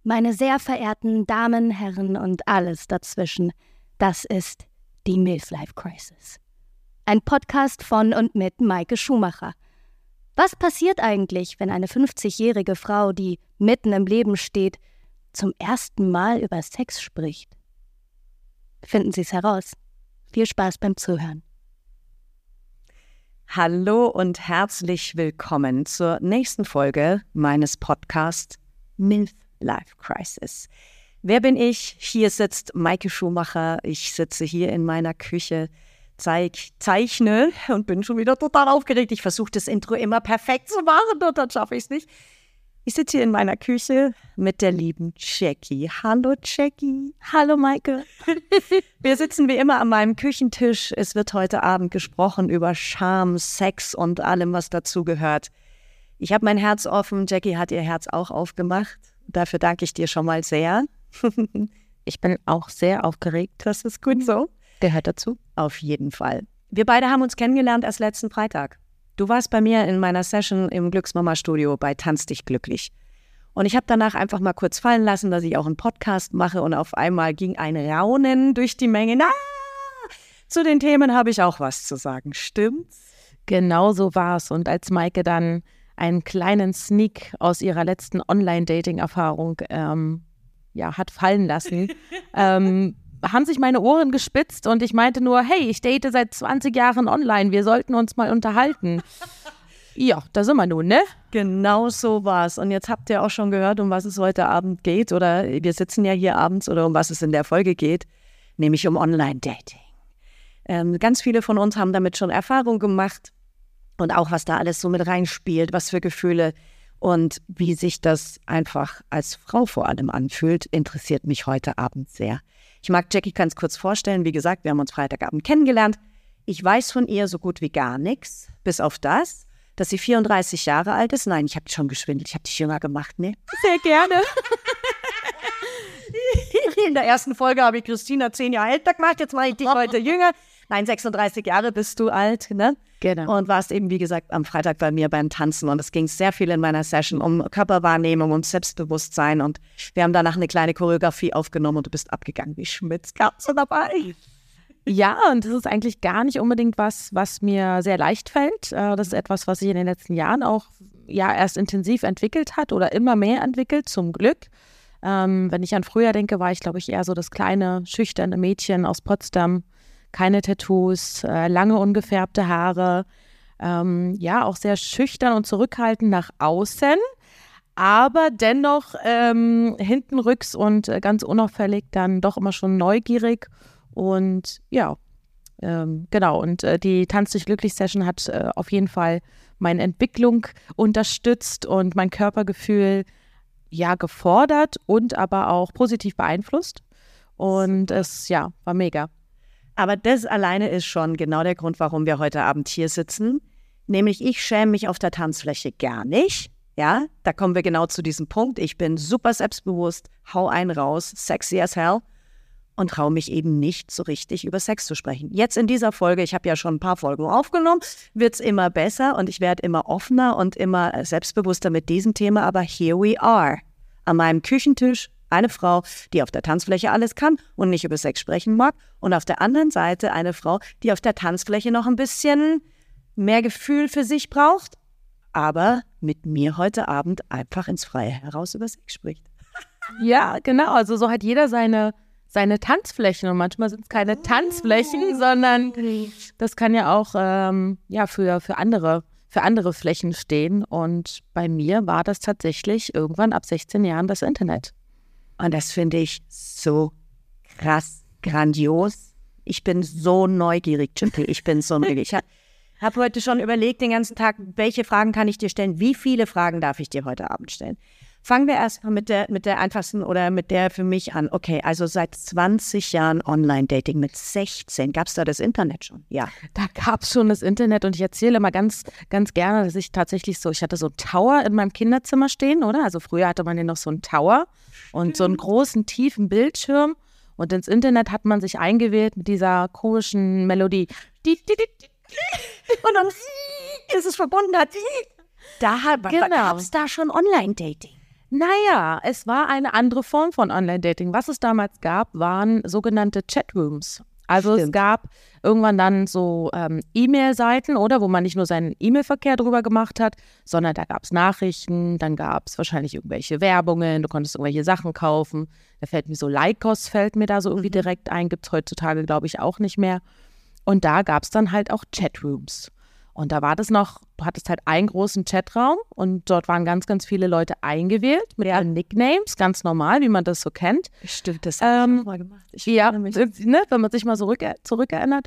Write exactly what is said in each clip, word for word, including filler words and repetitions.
Meine sehr verehrten Damen, Herren und alles dazwischen, das ist die Milf-Life Crisis. Ein Podcast von und mit Maike Schumacher. Was passiert eigentlich, wenn eine fünfzigjährige Frau, die mitten im Leben steht, zum ersten Mal über Sex spricht? Finden Sie es heraus. Viel Spaß beim Zuhören. Hallo und herzlich willkommen zur nächsten Folge meines Podcasts Milf-Life Crisis. Wer bin ich? Hier sitzt Maike Schumacher. Ich sitze hier in meiner Küche, zeig, zeichne und bin schon wieder total aufgeregt. Ich versuche das Intro immer perfekt zu machen und dann schaffe ich es nicht. Ich sitze hier in meiner Küche mit der lieben Jackie. Hallo Jackie. Hallo Maike. Wir sitzen wie immer an meinem Küchentisch. Es wird heute Abend gesprochen über Scham, Sex und allem, was dazugehört. Ich habe mein Herz offen. Jackie hat ihr Herz auch aufgemacht. Dafür danke ich dir schon mal sehr. Ich bin auch sehr aufgeregt. Das ist gut so. Gehört dazu. Auf jeden Fall. Wir beide haben uns kennengelernt erst letzten Freitag. Du warst bei mir in meiner Session im Glücksmama-Studio bei Tanz dich glücklich. Und ich habe danach einfach mal kurz fallen lassen, dass ich auch einen Podcast mache und auf einmal ging ein Raunen durch die Menge. Na, zu den Themen habe ich auch was zu sagen. Stimmt's? Genau so war's. Und als Maike dann einen kleinen Sneak aus ihrer letzten Online-Dating-Erfahrung ähm, ja, hat fallen lassen, ähm, haben sich meine Ohren gespitzt und ich meinte nur, hey, ich date seit zwanzig Jahren online, wir sollten uns mal unterhalten. Ja, da sind wir nun, ne? Genau so war's. Und jetzt habt ihr auch schon gehört, um was es heute Abend geht, oder wir sitzen ja hier abends, oder um was es in der Folge geht, nämlich um Online-Dating. Ähm, ganz viele von uns haben damit schon Erfahrung gemacht und auch, was da alles so mit reinspielt, was für Gefühle und wie sich das einfach als Frau vor allem anfühlt, interessiert mich heute Abend sehr. Ich mag Jackie ganz kurz vorstellen. Wie gesagt, wir haben uns Freitagabend kennengelernt. Ich weiß von ihr so gut wie gar nichts, bis auf das, dass sie vierunddreißig Jahre alt ist. Nein, ich habe schon geschwindelt. Ich habe dich jünger gemacht, ne? Sehr gerne. In der ersten Folge habe ich Christina zehn Jahre älter gemacht. Jetzt mache ich dich heute jünger. Nein, sechsunddreißig Jahre bist du alt, ne? Genau. Und warst eben, wie gesagt, am Freitag bei mir beim Tanzen. Und es ging sehr viel in meiner Session um Körperwahrnehmung, um Selbstbewusstsein. Und wir haben danach eine kleine Choreografie aufgenommen und du bist abgegangen wie Schmitzkatze dabei. Ja, und das ist eigentlich gar nicht unbedingt was, was mir sehr leicht fällt. Das ist etwas, was sich in den letzten Jahren auch ja erst intensiv entwickelt hat oder immer mehr entwickelt, zum Glück. Ähm, wenn ich an früher denke, war ich, glaube ich, eher so das kleine, schüchterne Mädchen aus Potsdam. Keine Tattoos, äh, lange ungefärbte Haare, ähm, ja, auch sehr schüchtern und zurückhaltend nach außen, aber dennoch ähm, hintenrücks und äh, ganz unauffällig dann doch immer schon neugierig und ja, ähm, genau. Und äh, die Tanz dich glücklich Session hat äh, auf jeden Fall meine Entwicklung unterstützt und mein Körpergefühl ja gefordert und aber auch positiv beeinflusst und es ja war mega. Aber das alleine ist schon genau der Grund, warum wir heute Abend hier sitzen. Nämlich, ich schäme mich auf der Tanzfläche gar nicht. Ja, da kommen wir genau zu diesem Punkt. Ich bin super selbstbewusst, hau einen raus, sexy as hell und traue mich eben nicht so richtig über Sex zu sprechen. Jetzt in dieser Folge, ich habe ja schon ein paar Folgen aufgenommen, wird es immer besser und ich werde immer offener und immer selbstbewusster mit diesem Thema. Aber here we are, an meinem Küchentisch. Eine Frau, die auf der Tanzfläche alles kann und nicht über Sex sprechen mag. Und auf der anderen Seite eine Frau, die auf der Tanzfläche noch ein bisschen mehr Gefühl für sich braucht, aber mit mir heute Abend einfach ins Freie heraus über Sex spricht. Ja, genau. Also so hat jeder seine, seine Tanzflächen. Und manchmal sind es keine Tanzflächen, sondern das kann ja auch ähm, ja, für, für, andere, für andere Flächen stehen. Und bei mir war das tatsächlich irgendwann ab sechzehn Jahren das Internet. Und das finde ich so krass, grandios. Ich bin so neugierig, Jimmy. Ich bin so neugierig. Ich habe heute schon überlegt, den ganzen Tag, welche Fragen kann ich dir stellen? Wie viele Fragen darf ich dir heute Abend stellen? Fangen wir erstmal mit der, mit der einfachsten oder mit der für mich an. Okay, also seit zwanzig Jahren Online-Dating, mit sechzehn. Gab es da das Internet schon? Ja. Da gab es schon das Internet und ich erzähle immer ganz, ganz gerne, dass ich tatsächlich so, ich hatte so einen Tower in meinem Kinderzimmer stehen, oder? Also früher hatte man ja noch so einen Tower und so einen großen, tiefen Bildschirm und ins Internet hat man sich eingewählt mit dieser komischen Melodie. Und dann ist es verbunden. Da Genau. gab es da schon Online-Dating. Naja, es war eine andere Form von Online-Dating. Was es damals gab, waren sogenannte Chatrooms. Also Stimmt. es gab irgendwann dann so ähm, E-Mail-Seiten, oder, wo man nicht nur seinen E-Mail-Verkehr drüber gemacht hat, sondern da gab es Nachrichten, dann gab es wahrscheinlich irgendwelche Werbungen, du konntest irgendwelche Sachen kaufen. Da fällt mir so Lycos, fällt mir da so irgendwie Mhm. direkt ein, gibt es heutzutage, glaube ich, auch nicht mehr. Und da gab es dann halt auch Chatrooms. Und da war das noch, du hattest halt einen großen Chatraum und dort waren ganz, ganz viele Leute eingewählt mit Ja. ihren Nicknames, ganz normal, wie man das so kennt. Stimmt, das habe ich habe auch auch mal gemacht. Ich Ja, erinnere mich. ne, wenn man sich mal so rück- zurückerinnert.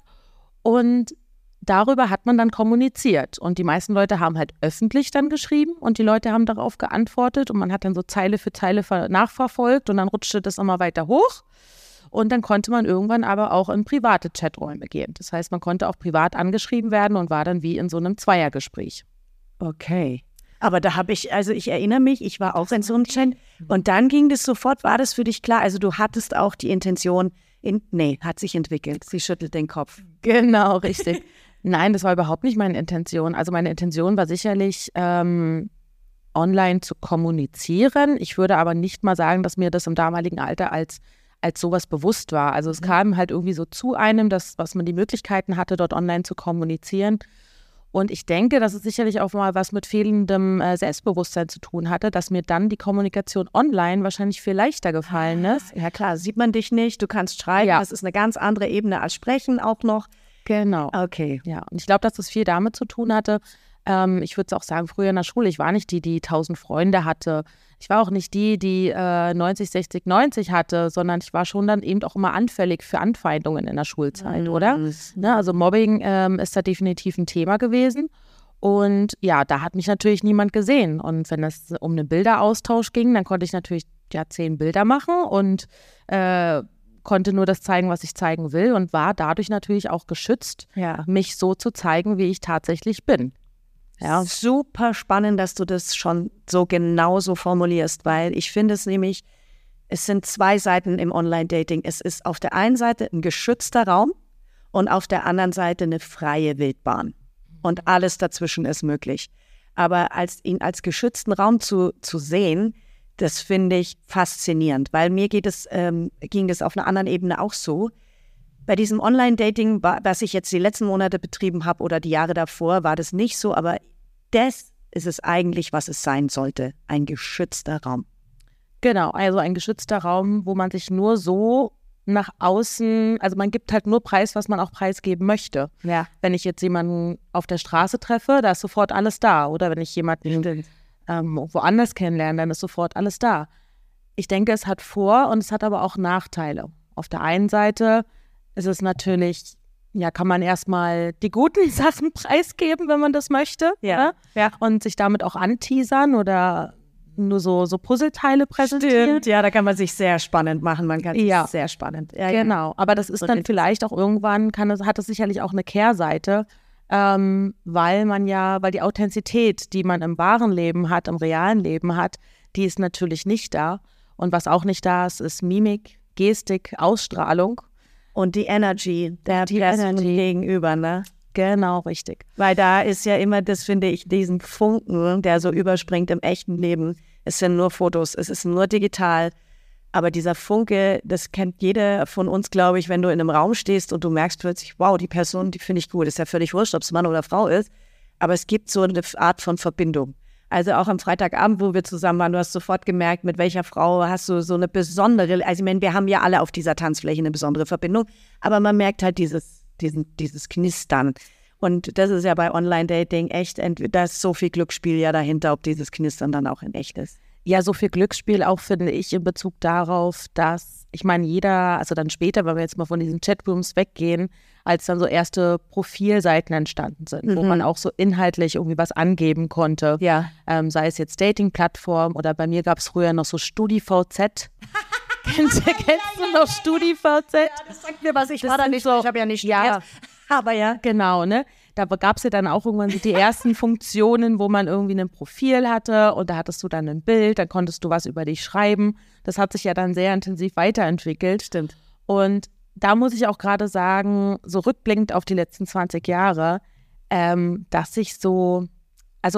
Und darüber hat man dann kommuniziert. Und die meisten Leute haben halt öffentlich dann geschrieben und die Leute haben darauf geantwortet und man hat dann so Zeile für Zeile ver- nachverfolgt und dann rutschte das immer weiter hoch. Und dann konnte man irgendwann aber auch in private Chaträume gehen. Das heißt, man konnte auch privat angeschrieben werden und war dann wie in so einem Zweiergespräch. Okay. Aber da habe ich, also ich erinnere mich, ich war auch in so einem Chat und dann ging das sofort, war das für dich klar? Also du hattest auch die Intention, in, nee, hat sich entwickelt. Sie schüttelt den Kopf. Genau, richtig. Nein, das war überhaupt nicht meine Intention. Also meine Intention war sicherlich, ähm, online zu kommunizieren. Ich würde aber nicht mal sagen, dass mir das im damaligen Alter als, als sowas bewusst war. Also es kam halt irgendwie so zu einem, dass, was man die Möglichkeiten hatte, dort online zu kommunizieren. Und ich denke, dass es sicherlich auch mal was mit fehlendem äh, Selbstbewusstsein zu tun hatte, dass mir dann die Kommunikation online wahrscheinlich viel leichter gefallen ist. Ja klar, sieht man dich nicht, du kannst schreiben, Ja. das ist eine ganz andere Ebene als sprechen auch noch. Genau. Okay. Ja, und ich glaube, dass das viel damit zu tun hatte. Ähm, ich würde es auch sagen, früher in der Schule, ich war nicht die, die tausend Freunde hatte. Ich war auch nicht die, die äh, neunzig, sechzig, neunzig hatte, sondern ich war schon dann eben auch immer anfällig für Anfeindungen in der Schulzeit, oder? Ne, also Mobbing ähm, ist da definitiv ein Thema gewesen. Und ja, da hat mich natürlich niemand gesehen. Und wenn es um einen Bilderaustausch ging, dann konnte ich natürlich ja zehn Bilder machen und äh, konnte nur das zeigen, was ich zeigen will und war dadurch natürlich auch geschützt, Ja. mich so zu zeigen, wie ich tatsächlich bin. Ja, super spannend, dass du das schon so genau so formulierst, weil ich finde es nämlich, es sind zwei Seiten im Online-Dating. Es ist auf der einen Seite ein geschützter Raum und auf der anderen Seite eine freie Wildbahn. Und alles dazwischen ist möglich. Aber als ihn als geschützten Raum zu, zu sehen, das finde ich faszinierend, weil mir geht es, ähm, ging das auf einer anderen Ebene auch so. Bei diesem Online-Dating, wa- was ich jetzt die letzten Monate betrieben habe oder die Jahre davor, war das nicht so, aber das ist es eigentlich, was es sein sollte, ein geschützter Raum. Genau, also ein geschützter Raum, wo man sich nur so nach außen, also man gibt halt nur Preis, was man auch preisgeben möchte. Ja. Wenn ich jetzt jemanden auf der Straße treffe, da ist sofort alles da. Oder wenn ich jemanden ähm, woanders kennenlerne, dann ist sofort alles da. Ich denke, es hat Vor- und es hat aber auch Nachteile. Auf der einen Seite ist es natürlich, ja, kann man erstmal die guten Sachen preisgeben, wenn man das möchte. Ja, Ne? ja. Und sich damit auch anteasern oder nur so, so Puzzleteile präsentieren. Stimmt, ja, da kann man sich sehr spannend machen. Man kann sich Ja. sehr spannend. Ja, ja. Genau, aber das ist dann vielleicht auch irgendwann, kann es, hat es sicherlich auch eine Kehrseite, ähm, weil man ja, weil die Authentizität, die man im wahren Leben hat, im realen Leben hat, die ist natürlich nicht da. Und was auch nicht da ist, ist Mimik, Gestik, Ausstrahlung. Und die Energy der Die Person Energy. gegenüber, ne? Genau, richtig. Weil da ist ja immer, das finde ich, diesen Funken, der so überspringt im echten Leben. Es sind nur Fotos, es ist nur digital. Aber dieser Funke, das kennt jeder von uns, glaube ich, wenn du in einem Raum stehst und du merkst plötzlich, wow, die Person, die finde ich gut. Ist ja völlig wurscht, ob es Mann oder Frau ist. Aber es gibt so eine Art von Verbindung. Also auch am Freitagabend, wo wir zusammen waren, du hast sofort gemerkt, mit welcher Frau hast du so eine besondere, also ich meine, wir haben ja alle auf dieser Tanzfläche eine besondere Verbindung, aber man merkt halt dieses, diesen, dieses Knistern. Und das ist ja bei Online-Dating echt, ent- da ist so viel Glücksspiel ja dahinter, ob dieses Knistern dann auch in echt ist. Ja, so viel Glücksspiel auch, finde ich, in Bezug darauf, dass, ich meine, jeder, also dann später, wenn wir jetzt mal von diesen Chatrooms weggehen, als dann so erste Profilseiten entstanden sind, wo Mhm. man auch so inhaltlich irgendwie was angeben konnte. Ja. Ähm, sei es jetzt Dating-Plattform oder bei mir gab es früher noch so StudiVZ. kennst, kennst du noch StudiVZ? Das sagt mir was, ich Das war da sind nicht so- ich habe ja nicht Ja. studiert. Aber ja. Genau, ne? Da gab es ja dann auch irgendwann so die ersten Funktionen, wo man irgendwie ein Profil hatte und da hattest du dann ein Bild, dann konntest du was über dich schreiben. Das hat sich ja dann sehr intensiv weiterentwickelt. Stimmt. Und da muss ich auch gerade sagen, so rückblickend auf die letzten zwanzig Jahre, ähm, dass sich so, also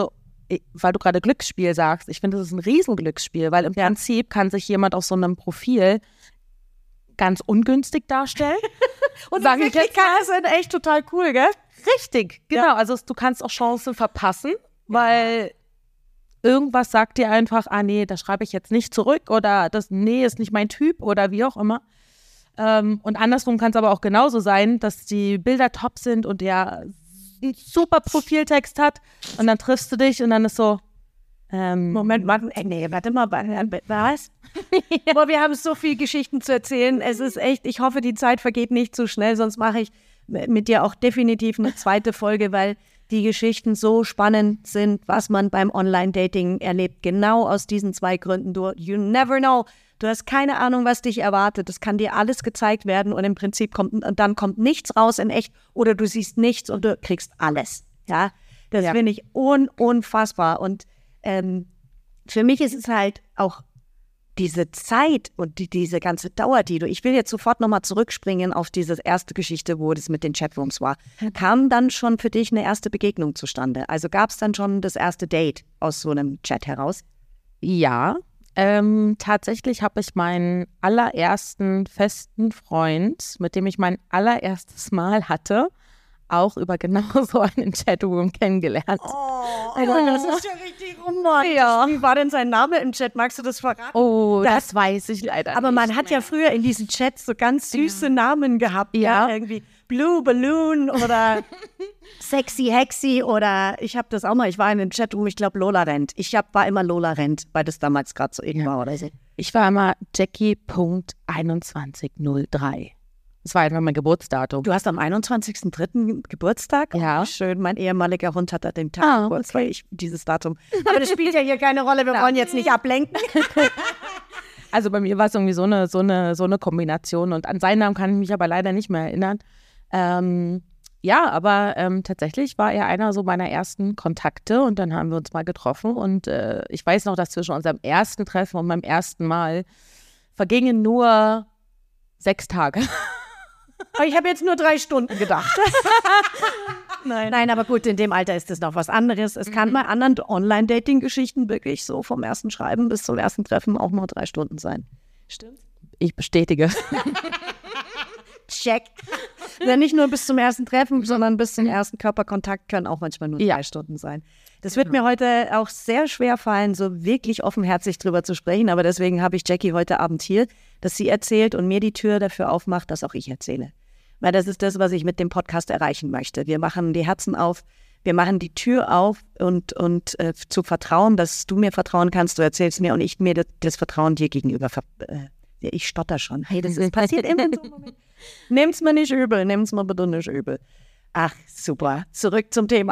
weil du gerade Glücksspiel sagst, ich finde, das ist ein Riesenglücksspiel, weil im ja. Prinzip kann sich jemand auf so einem Profil ganz ungünstig darstellen. Und sagen, die Klicker sind echt total cool, gell? Richtig, genau. Ja. Also du kannst auch Chancen verpassen, weil irgendwas sagt dir einfach, ah nee, das schreibe ich jetzt nicht zurück oder das, nee, ist nicht mein Typ oder wie auch immer. Ähm, und andersrum kann es aber auch genauso sein, dass die Bilder top sind und der einen super Profiltext hat und dann triffst du dich und dann ist so, ähm, Moment, warte, ey, nee, warte mal, was? ja. Boah, wir haben so viele Geschichten zu erzählen. Es ist echt, ich hoffe, die Zeit vergeht nicht zu schnell, sonst mache ich mit dir auch definitiv eine zweite Folge, weil die Geschichten so spannend sind, was man beim Online-Dating erlebt. Genau aus diesen zwei Gründen. Du, you never know. Du hast keine Ahnung, was dich erwartet. Es kann dir alles gezeigt werden und im Prinzip kommt, und dann kommt nichts raus in echt oder du siehst nichts und du kriegst alles. Ja, das ja. finde ich un- unfassbar. Und ähm, für mich ist es halt auch diese Zeit und die, diese ganze Dauer, die du, ich will jetzt sofort nochmal zurückspringen auf diese erste Geschichte, wo das mit den Chatrooms war. Kam dann schon für dich eine erste Begegnung zustande? Also gab es dann schon das erste Date aus so einem Chat heraus? Ja, ähm, tatsächlich habe ich meinen allerersten festen Freund, mit dem ich mein allererstes Mal hatte, auch über genau so einen Chatroom kennengelernt. Oh, das ist ja richtig romantisch. Ja. Wie war denn sein Name im Chat? Magst du das verraten? Oh, das, das weiß ich leider aber nicht. Aber man hat mehr. ja früher in diesen Chats so ganz süße ja. Namen gehabt. Ja. ja. Irgendwie Blue Balloon oder Sexy Hexy oder ich habe das auch mal, ich war in einem Chatroom, ich glaube Lola Rent. Ich hab, war immer Lola Rent, weil das damals gerade so eben ja. war oder so. Ich war immer Jackie Punkt einundzwanzig null drei. Das war einfach mein Geburtsdatum. Du hast am einundzwanzigsten dritten Geburtstag? Ja. Oh, schön, mein ehemaliger Hund hat an dem Tag ah, Geburtstag, okay. ich, dieses Datum. Aber das spielt ja hier keine Rolle, wir wollen jetzt nicht ablenken. Also bei mir war es irgendwie so eine, so, eine, so eine Kombination und an seinen Namen kann ich mich aber leider nicht mehr erinnern. Ähm, ja, aber ähm, tatsächlich war er einer so meiner ersten Kontakte und dann haben wir uns mal getroffen und äh, ich weiß noch, dass zwischen unserem ersten Treffen und meinem ersten Mal vergingen nur sechs Tage. Ich habe jetzt nur drei Stunden gedacht. Nein. Nein, aber gut, in dem Alter ist das noch was anderes. Es kann mhm. bei anderen Online-Dating-Geschichten wirklich so vom ersten Schreiben bis zum ersten Treffen auch nur drei Stunden sein. Stimmt? Ich bestätige. Check. Ja, nicht nur bis zum ersten Treffen, sondern bis zum ersten Körperkontakt können auch manchmal nur drei ja. Stunden sein. Das wird mir heute auch sehr schwer fallen, so wirklich offenherzig drüber zu sprechen, aber deswegen habe ich Jackie heute Abend hier, dass sie erzählt und mir die Tür dafür aufmacht, dass auch ich erzähle. Weil das ist das, was ich mit dem Podcast erreichen möchte. Wir machen die Herzen auf, wir machen die Tür auf und, und äh, zu vertrauen, dass du mir vertrauen kannst, du erzählst mir und ich mir das, das Vertrauen dir gegenüber ver- äh, ich stotter schon. Hey, das ist, passiert immer in so einem Moment. Nehmt's mir nicht übel, nehmt's mir bitte nicht übel. Ach, super. Zurück zum Thema.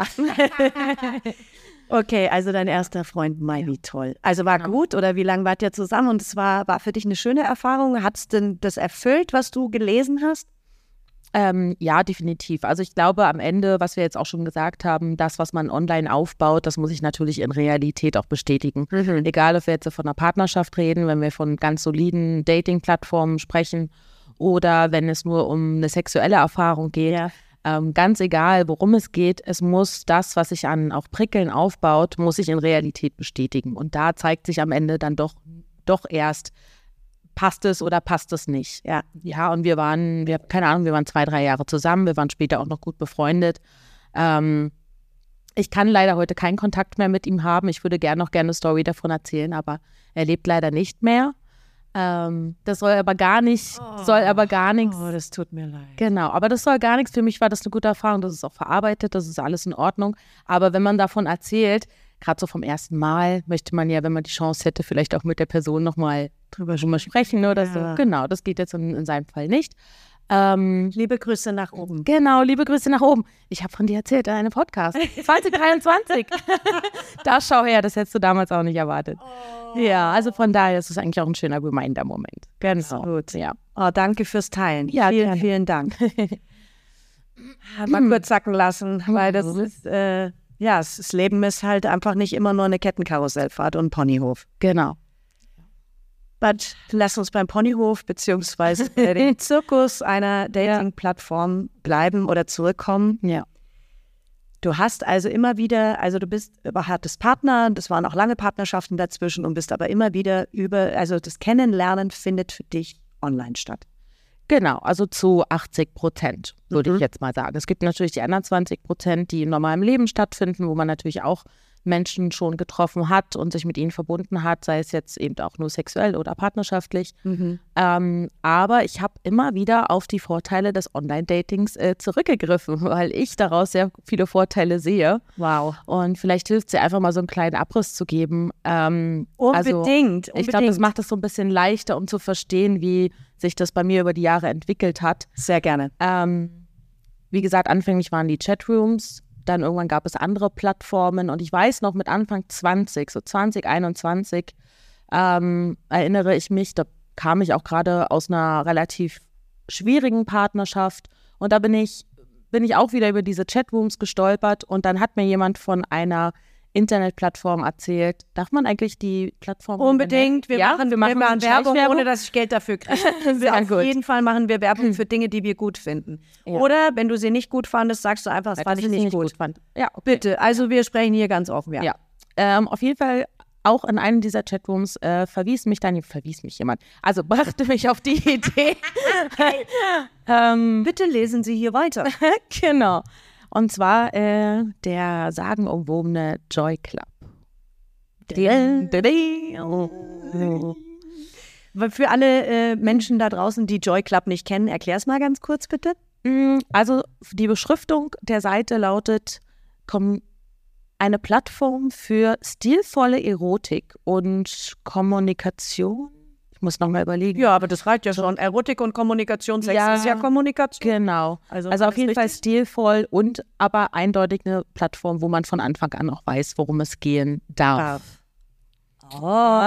Okay, also dein erster Freund, Mai, wie toll. Also war ja. gut oder wie lange wart ihr zusammen und es war, war für dich eine schöne Erfahrung? Hat es denn das erfüllt, was du gelesen hast? Ähm, ja, definitiv. Also ich glaube am Ende, was wir jetzt auch schon gesagt haben, das, was man online aufbaut, das muss ich natürlich in Realität auch bestätigen. Mhm. Egal, ob wir jetzt von einer Partnerschaft reden, wenn wir von ganz soliden Dating-Plattformen sprechen oder wenn es nur um eine sexuelle Erfahrung geht. Ja. Ähm, ganz egal, worum es geht, es muss das, was sich an auch Prickeln aufbaut, muss sich in Realität bestätigen. Und da zeigt sich am Ende dann doch, doch erst, passt es oder passt es nicht. Ja, ja, und wir waren, wir, keine Ahnung, wir waren zwei, drei Jahre zusammen, wir waren später auch noch gut befreundet. Ähm, ich kann leider heute keinen Kontakt mehr mit ihm haben. Ich würde gerne noch gerne eine Story davon erzählen, aber er lebt leider nicht mehr. Ähm, das soll aber gar nicht, oh, soll aber gar nichts. Oh, das tut mir leid. Genau, aber das soll gar nichts. Für mich war das eine gute Erfahrung. Das ist auch verarbeitet, das ist alles in Ordnung. Aber wenn man davon erzählt, gerade so vom ersten Mal, möchte man ja, wenn man die Chance hätte, vielleicht auch mit der Person nochmal drüber schon mal sprechen oder ja. so. Genau, das geht jetzt in, in seinem Fall nicht. Ähm, liebe Grüße nach oben. Genau, liebe Grüße nach oben. Ich habe von dir erzählt, einen Podcast. zwanzig dreiundzwanzig. Da schau her, das hättest du damals auch nicht erwartet. Oh. Ja, also von daher ist es eigentlich auch ein schöner Reminder-Moment. Genau. Gut, ja. Oh, danke fürs Teilen. Ja, vielen, gerne. vielen Dank. Mal kurz sacken lassen, weil das ist, äh, ja, das Leben ist halt einfach nicht immer nur eine Kettenkarussellfahrt und ein Ponyhof. Genau. But lass uns beim Ponyhof beziehungsweise dem Zirkus einer Dating-Plattform bleiben oder zurückkommen. Ja. Du hast also immer wieder, also du bist, hattest Partner, das waren auch lange Partnerschaften dazwischen und bist aber immer wieder über, also das Kennenlernen findet für dich online statt. Genau, also zu achtzig Prozent, würde Mhm. ich jetzt mal sagen. Es gibt natürlich die anderen zwanzig Prozent, die im normalen Leben stattfinden, wo man natürlich auch Menschen schon getroffen hat und sich mit ihnen verbunden hat, sei es jetzt eben auch nur sexuell oder partnerschaftlich. Mhm. Ähm, aber ich habe immer wieder auf die Vorteile des Online-Datings äh, zurückgegriffen, weil ich daraus sehr viele Vorteile sehe. Wow. Und vielleicht hilft es dir einfach mal so einen kleinen Abriss zu geben. Ähm, also Unbedingt, ich glaube, das macht es so ein bisschen leichter, um zu verstehen, wie sich das bei mir über die Jahre entwickelt hat. Sehr gerne. Ähm, wie gesagt, anfänglich waren die Chatrooms, dann irgendwann gab es andere Plattformen und ich weiß noch mit Anfang zwanzig, so zwanzig einundzwanzig, ähm, erinnere ich mich, da kam ich auch gerade aus einer relativ schwierigen Partnerschaft und da bin ich, bin ich auch wieder über diese Chatrooms gestolpert und dann hat mir jemand von einer Internetplattform erzählt. Darf man eigentlich die Plattform Unbedingt. Wir ja, machen, wir machen, wir machen Werbung, Schleichwerbung. ohne dass ich Geld dafür kriege. Sehr Auf gut. jeden Fall machen wir Werbung für Dinge, die wir gut finden. Ja. Oder wenn du sie nicht gut fandest, sagst du einfach, das Ja, fand dass ich sie nicht gut. fand. Ja, okay. Bitte, also wir sprechen hier ganz offen. Ja. Ja. Ähm, auf jeden Fall auch in einem dieser Chatrooms äh, verwies mich dann, verwies mich jemand, also brachte mich auf die Idee. ähm, Bitte lesen Sie hier weiter. genau. Und zwar äh, der sagenumwobene Joy Club. Für alle äh, Menschen da draußen, die Joy Club nicht kennen, erklär es mal ganz kurz, bitte. Also die Beschriftung der Seite lautet komm, eine Plattform für stilvolle Erotik und Kommunikation. Ich muss nochmal überlegen. Ja, aber das reicht ja schon. Erotik und Kommunikation, Sex Ja. ist ja Kommunikation. Genau. Also, Also auf alles jeden Fall richtig? stilvoll und aber eindeutig eine Plattform, wo man von Anfang an auch weiß, worum es gehen darf. Oh,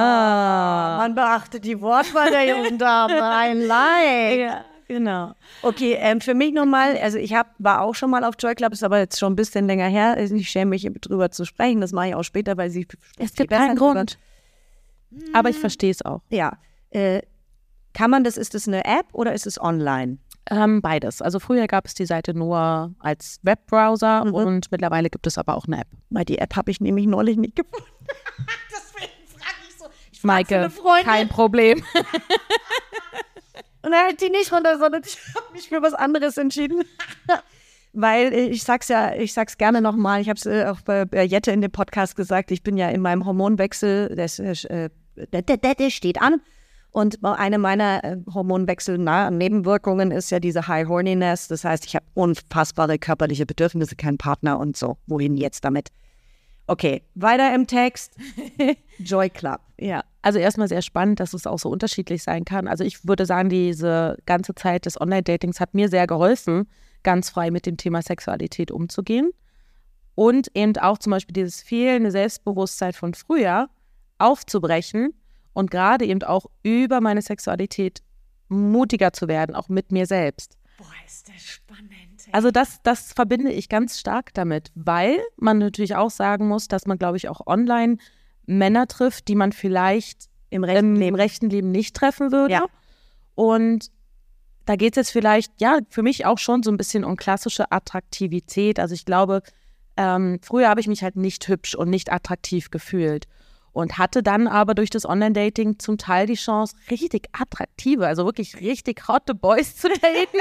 man beachtet die Wortwahl der jungen Dame. I like. Ja, genau. Okay, ähm, für mich nochmal, also ich hab, war auch schon mal auf Joy Club, ist aber jetzt schon ein bisschen länger her. Also ich schäme mich drüber zu sprechen, das mache ich auch später, weil sie Es viel gibt keinen besser Grund. Aber ich verstehe es auch. Ja, äh, kann man das, ist das eine App oder ist es online? Ähm, beides. Also früher gab es die Seite nur als Webbrowser Mhm. und mittlerweile gibt es aber auch eine App. Weil die App habe ich nämlich neulich nicht gefunden. Deswegen frage ich so. Ich frag Maike, für eine Freundin. kein Problem. Und dann hat die nicht runter, sondern ich habe mich für was anderes entschieden. Weil äh, ich sag's ja, ich sag's gerne nochmal, ich habe es äh, auch bei, bei Jette in dem Podcast gesagt, ich bin ja in meinem Hormonwechsel, das, äh, der, der, der, der steht an. Und eine meiner äh, Hormonwechsel-Nebenwirkungen ist ja diese High Horniness. Das heißt, ich habe unfassbare körperliche Bedürfnisse, keinen Partner und so. Wohin jetzt damit? Okay, weiter im Text. Joy Club. Ja, also erstmal sehr spannend, dass es auch so unterschiedlich sein kann. Also ich würde sagen, diese ganze Zeit des Online-Datings hat mir sehr geholfen, ganz frei mit dem Thema Sexualität umzugehen. Und eben auch zum Beispiel dieses fehlende Selbstbewusstsein von früher aufzubrechen und gerade eben auch über meine Sexualität mutiger zu werden, auch mit mir selbst. Boah, ist das spannend. Ey. Also das, das verbinde ich ganz stark damit, weil man natürlich auch sagen muss, dass man, glaube ich, auch online Männer trifft, die man vielleicht Im rechten im Leben. rechten Leben nicht treffen würde. Ja. Und da geht es jetzt vielleicht, ja, für mich auch schon so ein bisschen um klassische Attraktivität. Also ich glaube, ähm, früher habe ich mich halt nicht hübsch und nicht attraktiv gefühlt und hatte dann aber durch das Online-Dating zum Teil die Chance, richtig attraktive, also wirklich richtig hotte Boys zu daten.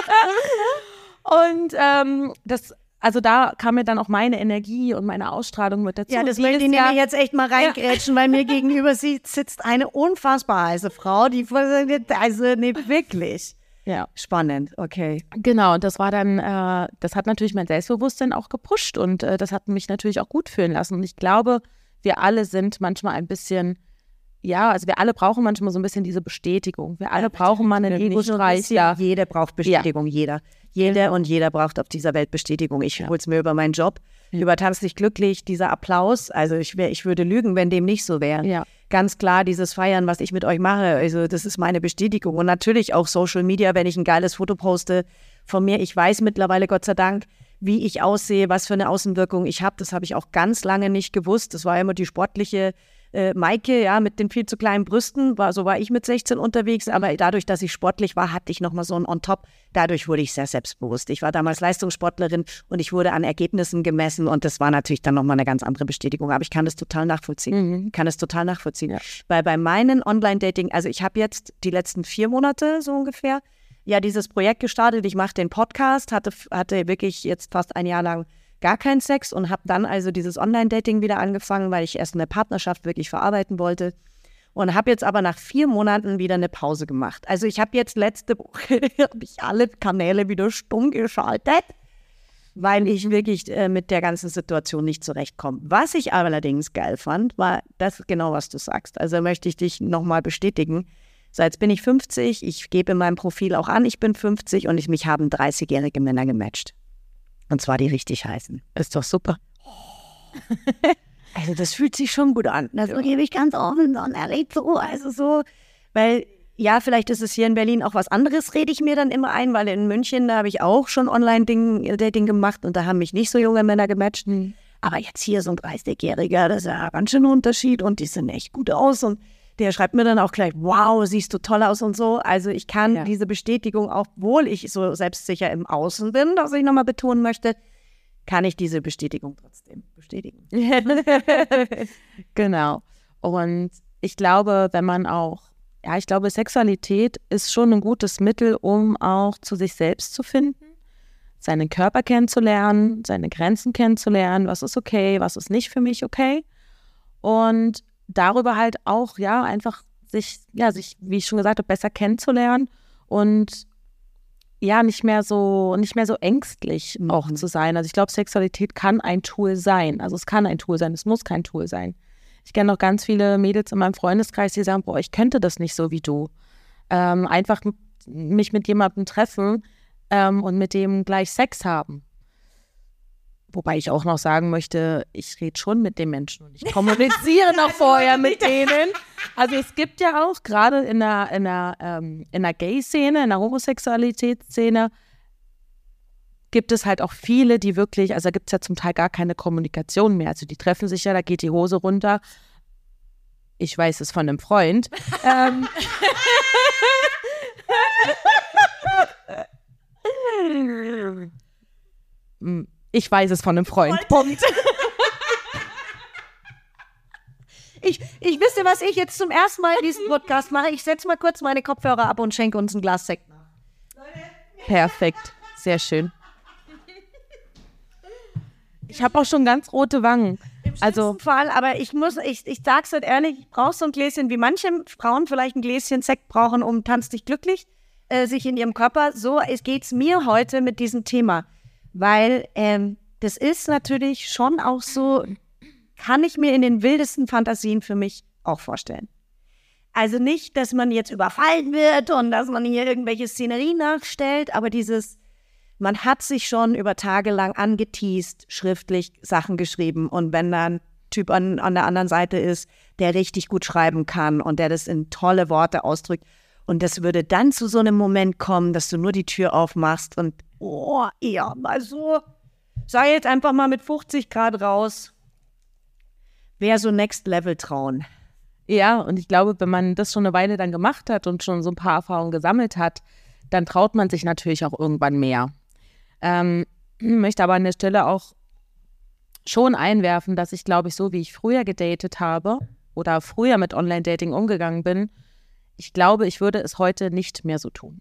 Und ähm, das, also da kam mir dann auch meine Energie und meine Ausstrahlung mit dazu. Ja, das Die möchte ist ich ja- nämlich jetzt echt mal reingrätschen, weil mir gegenüber sie sitzt eine unfassbar heiße Frau, die, also, nee, wirklich. Ja. Spannend, okay. Genau, und das war dann, äh, das hat natürlich mein Selbstbewusstsein auch gepusht und äh, das hat mich natürlich auch gut fühlen lassen. Und ich glaube, wir alle sind manchmal ein bisschen, ja, also wir alle brauchen manchmal so ein bisschen diese Bestätigung. Wir alle brauchen mal einen Nicht nur ein Ego-Streich. bisschen, Ja. Jeder braucht Bestätigung, jeder. Jeder und jeder braucht auf dieser Welt Bestätigung. Ich Ja. hol's mir über meinen Job, über Tanz dich glücklich, dieser Applaus. Also ich, wär, ich würde lügen, wenn dem nicht so wäre. Ja. Ganz klar, dieses Feiern, was ich mit euch mache, also das ist meine Bestätigung. Und natürlich auch Social Media, wenn ich ein geiles Foto poste von mir. Ich weiß mittlerweile, Gott sei Dank, wie ich aussehe, was für eine Außenwirkung ich habe. Das habe ich auch ganz lange nicht gewusst. Das war immer die sportliche äh, Maike, ja, mit den viel zu kleinen Brüsten, war, so war ich mit sechzehn unterwegs, aber dadurch, dass ich sportlich war, hatte ich nochmal so ein On-Top. Dadurch wurde ich sehr selbstbewusst. Ich war damals Leistungssportlerin und ich wurde an Ergebnissen gemessen und das war natürlich dann nochmal eine ganz andere Bestätigung, aber ich kann das total nachvollziehen. Mhm. Ich kann das total nachvollziehen. Ja. Weil bei meinen Online-Dating, also ich habe jetzt die letzten vier Monate so ungefähr, ja, dieses Projekt gestartet, ich mache den Podcast, hatte, hatte wirklich jetzt fast ein Jahr lang gar keinen Sex und habe dann also dieses Online-Dating wieder angefangen, weil ich erst eine Partnerschaft wirklich verarbeiten wollte und habe jetzt aber nach vier Monaten wieder eine Pause gemacht. Also ich habe jetzt letzte Woche hab ich alle Kanäle wieder stumm geschaltet, weil ich wirklich äh, mit der ganzen Situation nicht zurechtkomme. Was ich allerdings geil fand, war das genau, was du sagst. Also möchte ich dich nochmal bestätigen. So, jetzt bin ich fünfzig, ich gebe in meinem Profil auch an, ich bin fünfzig und ich, mich haben dreißigjährige Männer gematcht. Und zwar die richtig heißen. Ist doch super. Also das fühlt sich schon gut an. Das ja. gebe ich ganz offen und ehrlich so. Also so, weil ja, vielleicht ist es hier in Berlin auch was anderes, rede ich mir dann immer ein, weil in München, da habe ich auch schon Online-Dating gemacht und da haben mich nicht so junge Männer gematcht. Mhm. Aber jetzt hier so ein dreißigjähriger, das ist ja ganz schön ein Unterschied und die sehen echt gut aus und der schreibt mir dann auch gleich, wow, siehst du toll aus und so. Also ich kann ja. diese Bestätigung, obwohl ich so selbstsicher im Außen bin, dass ich nochmal betonen möchte, kann ich diese Bestätigung trotzdem bestätigen. Genau. Und ich glaube, wenn man auch, ja, ich glaube, Sexualität ist schon ein gutes Mittel, um auch zu sich selbst zu finden, seinen Körper kennenzulernen, seine Grenzen kennenzulernen, was ist okay, was ist nicht für mich okay. Und darüber halt auch, ja, einfach sich, ja, sich, wie ich schon gesagt habe, besser kennenzulernen und ja, nicht mehr so, nicht mehr so ängstlich mhm. auch zu sein. Also ich glaube, Sexualität kann ein Tool sein. Also es kann ein Tool sein, es muss kein Tool sein. Ich kenne noch ganz viele Mädels in meinem Freundeskreis, die sagen, boah, ich könnte das nicht so wie du. Ähm, einfach mich mit jemandem treffen ähm, und mit dem gleich Sex haben. Wobei ich auch noch sagen möchte, ich rede schon mit den Menschen und ich kommuniziere noch vorher mit denen. Also es gibt ja auch gerade in der, in der, ähm, in der Gay-Szene, in der Homosexualitätsszene, gibt es halt auch viele, die wirklich, also da gibt es ja zum Teil gar keine Kommunikation mehr. Also die treffen sich ja, da geht die Hose runter. Ich weiß es von einem Freund. ähm, Ich weiß es von einem Freund. Punkt. Ich, ich wüsste, was ich jetzt zum ersten Mal in diesem Podcast mache. Ich setze mal kurz meine Kopfhörer ab und schenke uns ein Glas Sekt nach. Perfekt. Sehr schön. Ich habe auch schon ganz rote Wangen. Im also Fall, aber ich muss, ich, ich sag's halt ehrlich, ich brauche so ein Gläschen, wie manche Frauen vielleicht ein Gläschen Sekt brauchen, um tanz dich glücklich, äh, sich in ihrem Körper. So geht's mir heute mit diesem Thema. Weil ähm, das ist natürlich schon auch so, kann ich mir in den wildesten Fantasien für mich auch vorstellen. Also nicht, dass man jetzt überfallen wird und dass man hier irgendwelche Szenerien nachstellt, aber dieses, man hat sich schon über Tage lang angeteast, schriftlich Sachen geschrieben und wenn dann ein Typ an, an der anderen Seite ist, der richtig gut schreiben kann und der das in tolle Worte ausdrückt und das würde dann zu so einem Moment kommen, dass du nur die Tür aufmachst und oh, ja, mal so, sei jetzt einfach mal mit fünfzig Grad raus. Wäre so Next Level trauen. Ja, und ich glaube, wenn man das schon eine Weile dann gemacht hat und schon so ein paar Erfahrungen gesammelt hat, dann traut man sich natürlich auch irgendwann mehr. Ähm, möchte aber an der Stelle auch schon einwerfen, dass ich, glaube ich, so wie ich früher gedatet habe oder früher mit Online-Dating umgegangen bin, ich glaube, ich würde es heute nicht mehr so tun.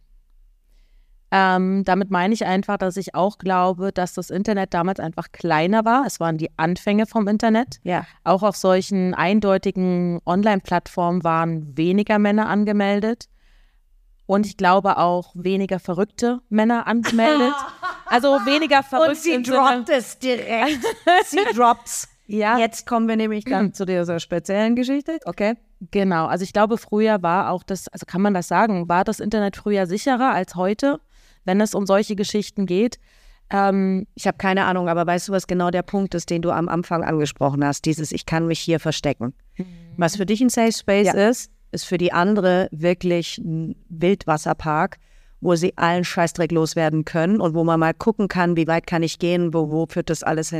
Ähm, damit meine ich einfach, dass ich auch glaube, dass das Internet damals einfach kleiner war. Es waren die Anfänge vom Internet. Ja. Auch auf solchen eindeutigen Online-Plattformen waren weniger Männer angemeldet. Und ich glaube auch weniger verrückte Männer angemeldet. Also weniger verrückte. Und sie droppt es direkt. Sie droppt's. Ja. Jetzt kommen wir nämlich dann zu dieser speziellen Geschichte. Okay. Genau. Also ich glaube, früher war auch das, also kann man das sagen, war das Internet früher sicherer als heute, wenn es um solche Geschichten geht. Ähm, ich habe keine Ahnung, aber weißt du, was genau der Punkt ist, den du am Anfang angesprochen hast? Dieses, ich kann mich hier verstecken. Mhm. Was für dich ein Safe Space ja. ist, ist für die andere wirklich ein Wildwasserpark, wo sie allen Scheißdreck loswerden können und wo man mal gucken kann, wie weit kann ich gehen, wo, wo führt das alles hin.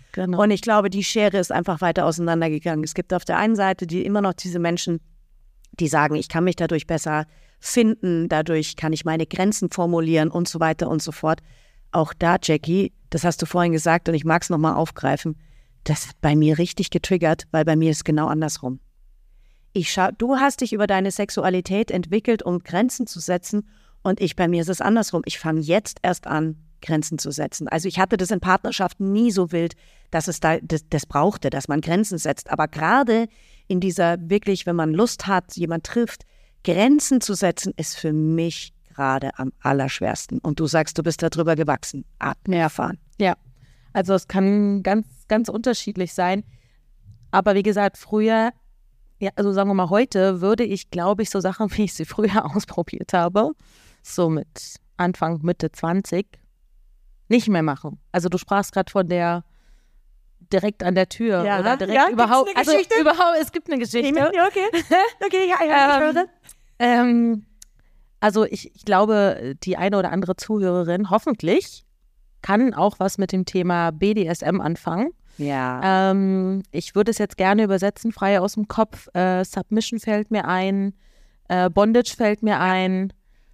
Genau. Und ich glaube, die Schere ist einfach weiter auseinandergegangen. Es gibt auf der einen Seite die immer noch diese Menschen, die sagen, ich kann mich dadurch besser finden, dadurch kann ich meine Grenzen formulieren und so weiter und so fort. Auch da, Jackie, das hast du vorhin gesagt und ich mag es nochmal aufgreifen, das hat bei mir richtig getriggert, weil bei mir ist genau andersrum. Ich schau, du hast dich über deine Sexualität entwickelt, um Grenzen zu setzen und ich, bei mir ist es andersrum. Ich fange jetzt erst an, Grenzen zu setzen. Also ich hatte das in Partnerschaften nie so wild, dass es da das, das brauchte, dass man Grenzen setzt. Aber gerade in dieser wirklich, wenn man Lust hat, jemand trifft, Grenzen zu setzen, ist für mich gerade am allerschwersten. Und du sagst, du bist darüber gewachsen. Ab mehr erfahren. Ja, also es kann ganz, ganz unterschiedlich sein. Aber wie gesagt, früher, ja, also sagen wir mal heute, würde ich, glaube ich, so Sachen, wie ich sie früher ausprobiert habe, so mit Anfang, Mitte zwanzig, nicht mehr machen. Also du sprachst gerade von der direkt an der Tür Ja, oder direkt ja, überhaupt. gibt's eine Geschichte? Also überhaupt, es gibt eine Geschichte. Ja, okay. Okay, ja, ja, ich Ähm, höre. Ähm, also ich, ich glaube, die eine oder andere Zuhörerin hoffentlich kann auch was mit dem Thema B D S M anfangen. Ja. Ähm, ich würde es jetzt gerne übersetzen, frei aus dem Kopf. Äh, Submission fällt mir ein, äh, Bondage fällt mir ein.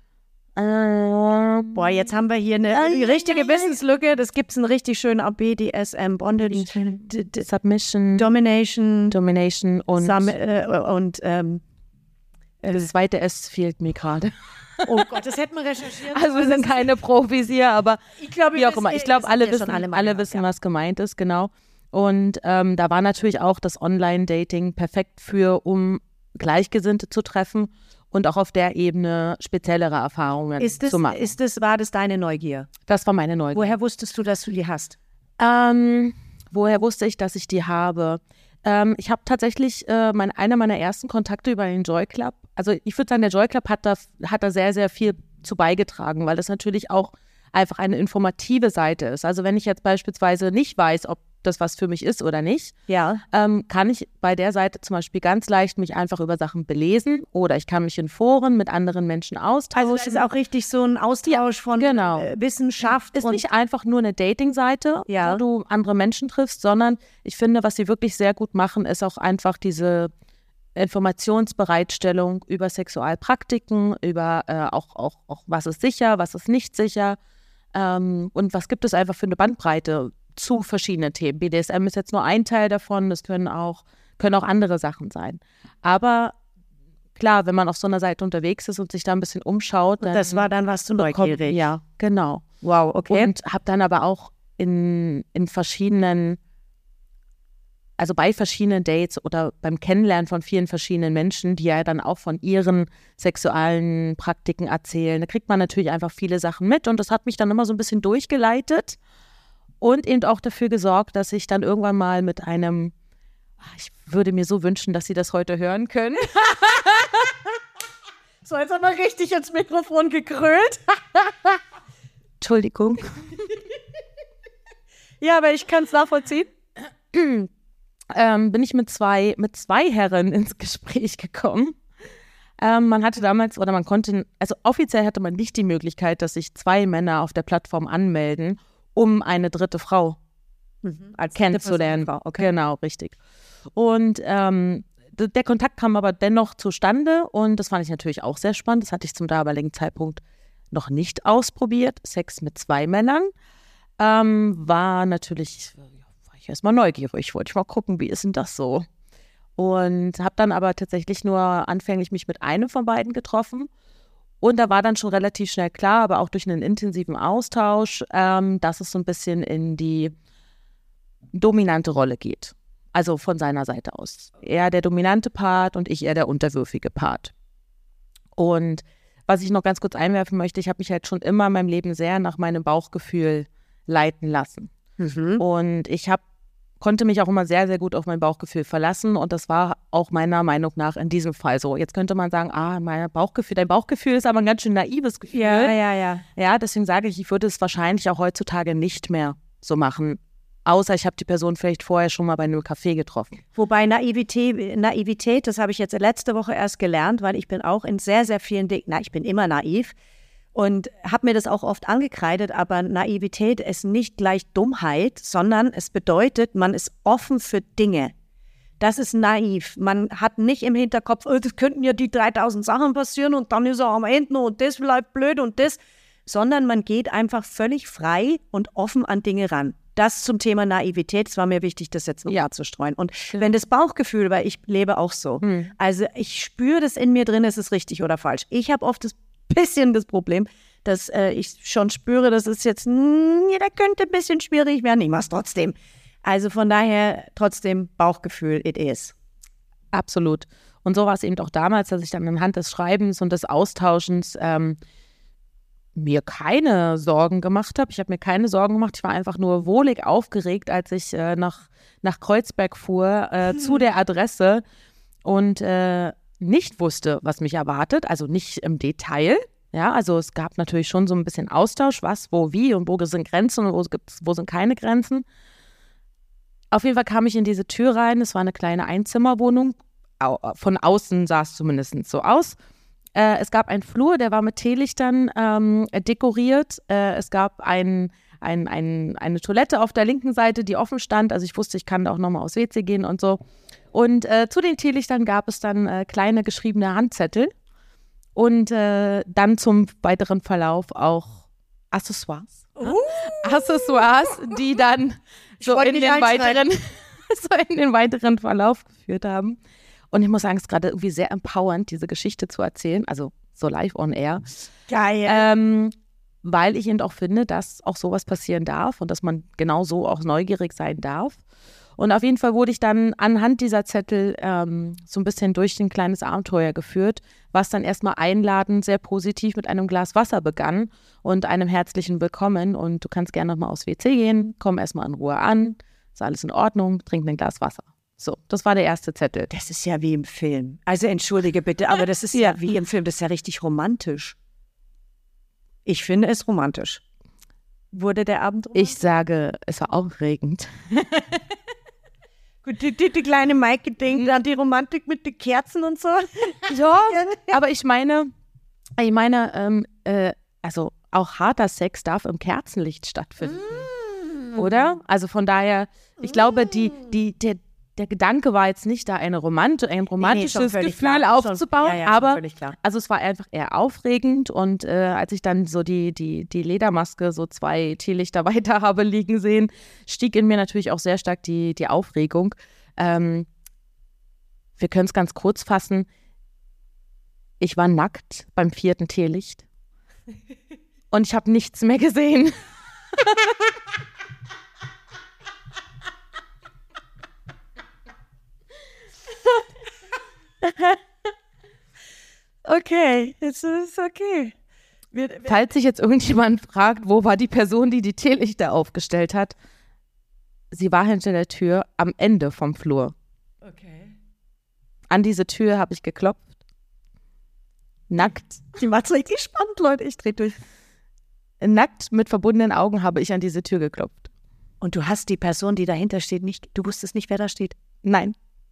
Ähm, Boah, jetzt haben wir hier eine Ai, richtige ai, ai. Wissenslücke. Das gibt es einen richtig schönen B D S M, Bondage, D- D- Submission, Domination Domination und Sum, äh, und ähm, das zweite S fehlt mir gerade. oh Gott, das hätten wir recherchiert. Also wir sind keine Profis hier, aber ich glaube, wie auch immer. Ich glaube, alle wissen, alle, alle, mal gehört, wissen, ja. was gemeint ist, genau. Und ähm, da war natürlich auch das Online-Dating perfekt für, um Gleichgesinnte zu treffen und auch auf der Ebene speziellere Erfahrungen Ist das, zu machen. ist das, war das deine Neugier? Das war meine Neugier. Woher wusstest du, dass du die hast? Ähm, woher wusste ich, dass ich die habe? Ähm, ich habe tatsächlich äh, mein, einer meiner ersten Kontakte über den Joy Club. Also ich würde sagen, der Joy Club hat da, hat da sehr, sehr viel zu beigetragen, weil das natürlich auch einfach eine informative Seite ist. Also wenn ich jetzt beispielsweise nicht weiß, ob das was für mich ist oder nicht, Ja. ähm, kann ich bei der Seite zum Beispiel ganz leicht mich einfach über Sachen belesen oder ich kann mich in Foren mit anderen Menschen austauschen. Also das ist auch richtig so ein Austausch von genau. äh, Wissenschaft. Ist und nicht einfach nur eine Dating-Seite, Ja. wo du andere Menschen triffst, sondern ich finde, was sie wirklich sehr gut machen, ist auch einfach diese Informationsbereitstellung über Sexualpraktiken, über äh, auch, auch, auch was ist sicher, was ist nicht sicher ähm, und was gibt es einfach für eine Bandbreite zu verschiedenen Themen. B D S M ist jetzt nur ein Teil davon, das können auch, können auch andere Sachen sein. Aber klar, wenn man auf so einer Seite unterwegs ist und sich da ein bisschen umschaut, dann das war dann, warst du bekommt- neugierig. Ja, genau. Wow, okay. Und habe dann aber auch in, in verschiedenen, also bei verschiedenen Dates oder beim Kennenlernen von vielen verschiedenen Menschen, die ja dann auch von ihren sexuellen Praktiken erzählen, da kriegt man natürlich einfach viele Sachen mit und das hat mich dann immer so ein bisschen durchgeleitet und eben auch dafür gesorgt, dass ich dann irgendwann mal mit einem, ich würde mir so wünschen, dass Sie das heute hören können. So, jetzt haben wir richtig ins Mikrofon gekrölt. Entschuldigung. Ja, aber ich kann es nachvollziehen. ähm, bin ich mit zwei, mit zwei Herren ins Gespräch gekommen. Ähm, man hatte damals, oder man konnte, also offiziell hatte man nicht die Möglichkeit, dass sich zwei Männer auf der Plattform anmelden, um eine dritte Frau Als kennenzulernen. Frau, okay. Genau, richtig. Und ähm, d- der Kontakt kam aber dennoch zustande und das fand ich natürlich auch sehr spannend. Das hatte ich zum damaligen Zeitpunkt noch nicht ausprobiert. Sex mit zwei Männern. Ähm, war natürlich, ja, war ich erstmal neugierig, wollte ich mal gucken, wie ist denn das so? Und habe dann aber tatsächlich nur anfänglich mich mit einem von beiden getroffen. Und da war dann schon relativ schnell klar, aber auch durch einen intensiven Austausch, ähm, dass es so ein bisschen in die dominante Rolle geht. Also von seiner Seite aus. Er der dominante Part und ich eher der unterwürfige Part. Und was ich noch ganz kurz einwerfen möchte, ich habe mich halt schon immer in meinem Leben sehr nach meinem Bauchgefühl leiten lassen. Mhm. Und ich hab, konnte mich auch immer sehr, sehr gut auf mein Bauchgefühl verlassen und das war auch meiner Meinung nach in diesem Fall so. Jetzt könnte man sagen, ah, mein Bauchgefühl, dein Bauchgefühl ist aber ein ganz schön naives Gefühl. Ja, ja, ja. Ja, deswegen sage ich, ich würde es wahrscheinlich auch heutzutage nicht mehr so machen. Außer ich habe die Person vielleicht vorher schon mal bei einem Café getroffen. Wobei Naivität, Naivität, das habe ich jetzt letzte Woche erst gelernt, weil ich bin auch in sehr, sehr vielen Dingen, na, ich bin immer naiv Und habe mir das auch oft angekreidet, aber Naivität ist nicht gleich Dummheit, sondern es bedeutet, man ist offen für Dinge. Das ist naiv. Man hat nicht im Hinterkopf, oh, das könnten ja die dreitausend Sachen passieren und dann ist er am Ende und das bleibt blöd und das, sondern man geht einfach völlig frei und offen an Dinge ran. Das zum Thema Naivität, es war mir wichtig, das jetzt noch ja. zu streuen. Und wenn das Bauchgefühl, weil ich lebe auch so, hm. also ich spüre das in mir drin, ist es richtig oder falsch. Ich habe oft das bisschen das Problem, dass äh, ich schon spüre, das ist jetzt, mh, da könnte ein bisschen schwierig werden, ich mache es trotzdem. Also von daher trotzdem Bauchgefühl, it is. Absolut. Und so war es eben auch damals, dass ich dann anhand des Schreibens und des Austauschens ähm, mir keine Sorgen gemacht habe. Ich habe mir keine Sorgen gemacht. Ich war einfach nur wohlig aufgeregt, als ich äh, nach, nach Kreuzberg fuhr, äh, hm. zu der Adresse und äh, nicht wusste, was mich erwartet, also nicht im Detail. Ja, also es gab natürlich schon so ein bisschen Austausch, was, wo, wie und wo sind Grenzen und wo, gibt's, wo sind keine Grenzen. Auf jeden Fall kam ich in diese Tür rein. Es war eine kleine Einzimmerwohnung. Von außen sah es zumindest so aus. Äh, es gab einen Flur, der war mit Teelichtern ähm, dekoriert. Äh, es gab ein, ein, ein, eine Toilette auf der linken Seite, die offen stand. Also ich wusste, ich kann da auch nochmal aufs W C gehen und so. Und äh, zu den Teelichtern gab es dann äh, kleine geschriebene Handzettel und äh, dann zum weiteren Verlauf auch Accessoires. Uh. Accessoires, die dann so in den, weiteren, so in den weiteren Verlauf geführt haben. Und ich muss sagen, es ist gerade irgendwie sehr empowernd, diese Geschichte zu erzählen, also so live on air. Geil. Ähm, weil ich eben auch finde, dass auch sowas passieren darf und dass man genau so auch neugierig sein darf. Und auf jeden Fall wurde ich dann anhand dieser Zettel ähm, so ein bisschen durch ein kleines Abenteuer geführt, was dann erstmal einladend, sehr positiv mit einem Glas Wasser begann und einem herzlichen Willkommen. Und du kannst gerne nochmal aufs W C gehen, komm erstmal in Ruhe an, ist alles in Ordnung, trink ein Glas Wasser. So, das war der erste Zettel. Das ist ja wie im Film. Also entschuldige bitte, aber das ist ja wie im Film, das ist ja richtig romantisch. Ich finde es romantisch. Wurde der Abend romantisch? Ich sage, es war aufregend. Gut, die, die, die kleine Maike denkt an die Romantik mit den Kerzen und so. Ja, aber ich meine, ich meine, ähm, äh, also auch harter Sex darf im Kerzenlicht stattfinden, mm. oder? Also von daher, ich glaube, die, die, der, der Gedanke war jetzt nicht da, eine Romant- ein romantisches nee, Gefühl klar. aufzubauen, schon, ja, ja, aber also es war einfach eher aufregend und äh, als ich dann so die, die, die Ledermaske so zwei Teelichter weiter habe liegen sehen, stieg in mir natürlich auch sehr stark die, die Aufregung. Ähm, wir können es ganz kurz fassen. Ich war nackt beim vierten Teelicht und ich habe nichts mehr gesehen. Okay, es ist okay. Wir, wir Falls sich jetzt irgendjemand fragt, wo war die Person, die die Teelichter aufgestellt hat, sie war hinter der Tür am Ende vom Flur. Okay. An diese Tür habe ich geklopft. Nackt. Die macht's richtig spannend, Leute. Ich dreh durch. Nackt mit verbundenen Augen habe ich an diese Tür geklopft. Und du hast die Person, die dahinter steht, nicht, du wusstest nicht, wer da steht? Nein.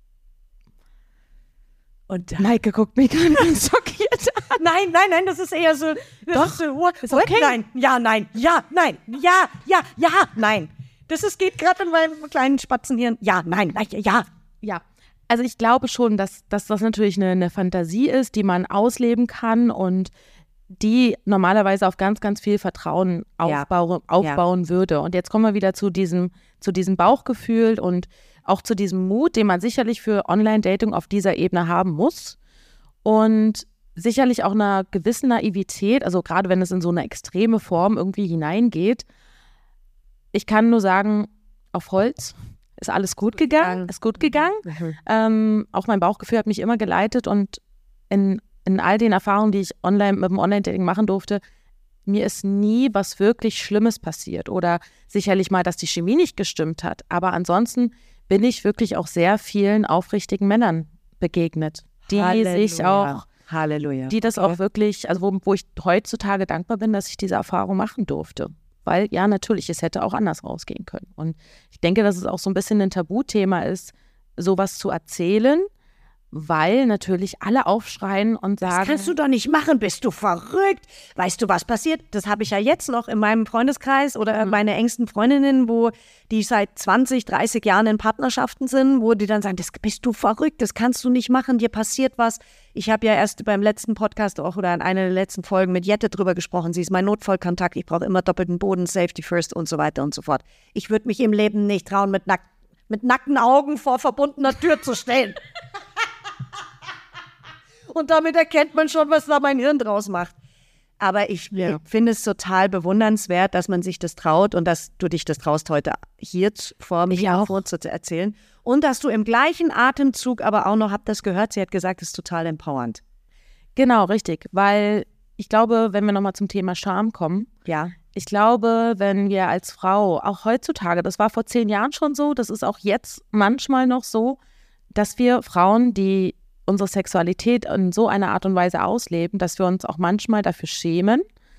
Und Maike guckt mich ganz schockiert an. Nein, nein, nein, das ist eher so. Doch, ist so, what, ist okay. Nein, ja, nein, ja, nein, ja, ja, ja, nein. Das ist, geht gerade in meinem kleinen Spatzenhirn. Ja, nein, nein, ja. Ja, also ich glaube schon, dass, dass das natürlich eine, eine Fantasie ist, die man ausleben kann und die normalerweise auf ganz, ganz viel Vertrauen aufbau- ja. aufbauen ja. würde. Und jetzt kommen wir wieder zu diesem, zu diesem Bauchgefühl und auch zu diesem Mut, den man sicherlich für Online-Dating auf dieser Ebene haben muss. Und sicherlich auch einer gewissen Naivität, also gerade wenn es in so eine extreme Form irgendwie hineingeht. Ich kann nur sagen, auf Holz ist alles gut gegangen, ist gut gegangen. Mhm. Ähm, auch mein Bauchgefühl hat mich immer geleitet und in, in all den Erfahrungen, die ich online mit dem Online-Dating machen durfte, mir ist nie was wirklich Schlimmes passiert oder sicherlich mal, dass die Chemie nicht gestimmt hat. Aber ansonsten bin ich wirklich auch sehr vielen aufrichtigen Männern begegnet, die Halleluja. sich auch, Halleluja. die das okay. auch wirklich, also wo, wo ich heutzutage dankbar bin, dass ich diese Erfahrung machen durfte. Weil ja, natürlich, es hätte auch anders rausgehen können. Und ich denke, dass es auch so ein bisschen ein Tabuthema ist, sowas zu erzählen, weil natürlich alle aufschreien und sagen, das kannst du doch nicht machen, bist du verrückt? Weißt du, was passiert? Das habe ich ja jetzt noch in meinem Freundeskreis oder mhm. meine engsten Freundinnen, wo die seit zwanzig, dreißig Jahren in Partnerschaften sind, wo die dann sagen, das bist du verrückt, das kannst du nicht machen, dir passiert was. Ich habe ja erst beim letzten Podcast auch oder in einer der letzten Folgen mit Jette drüber gesprochen, sie ist mein Notfallkontakt, ich brauche immer doppelten Boden, Safety first und so weiter und so fort. Ich würde mich im Leben nicht trauen, mit, nack- mit nackten Augen vor verbundener Tür zu stehen. Und damit erkennt man schon, was da mein Hirn draus macht. Aber ich, ja. ich finde es total bewundernswert, dass man sich das traut und dass du dich das traust, heute hier vor mir zu erzählen. Und dass du im gleichen Atemzug aber auch noch, habt das gehört, sie hat gesagt, es ist total empowernd. Genau, richtig. Weil ich glaube, wenn wir nochmal zum Thema Scham kommen, ja. ich glaube, wenn wir als Frau, auch heutzutage, das war vor zehn Jahren schon so, das ist auch jetzt manchmal noch so, dass wir Frauen, die unsere Sexualität in so einer Art und Weise ausleben, dass wir uns auch manchmal dafür schämen,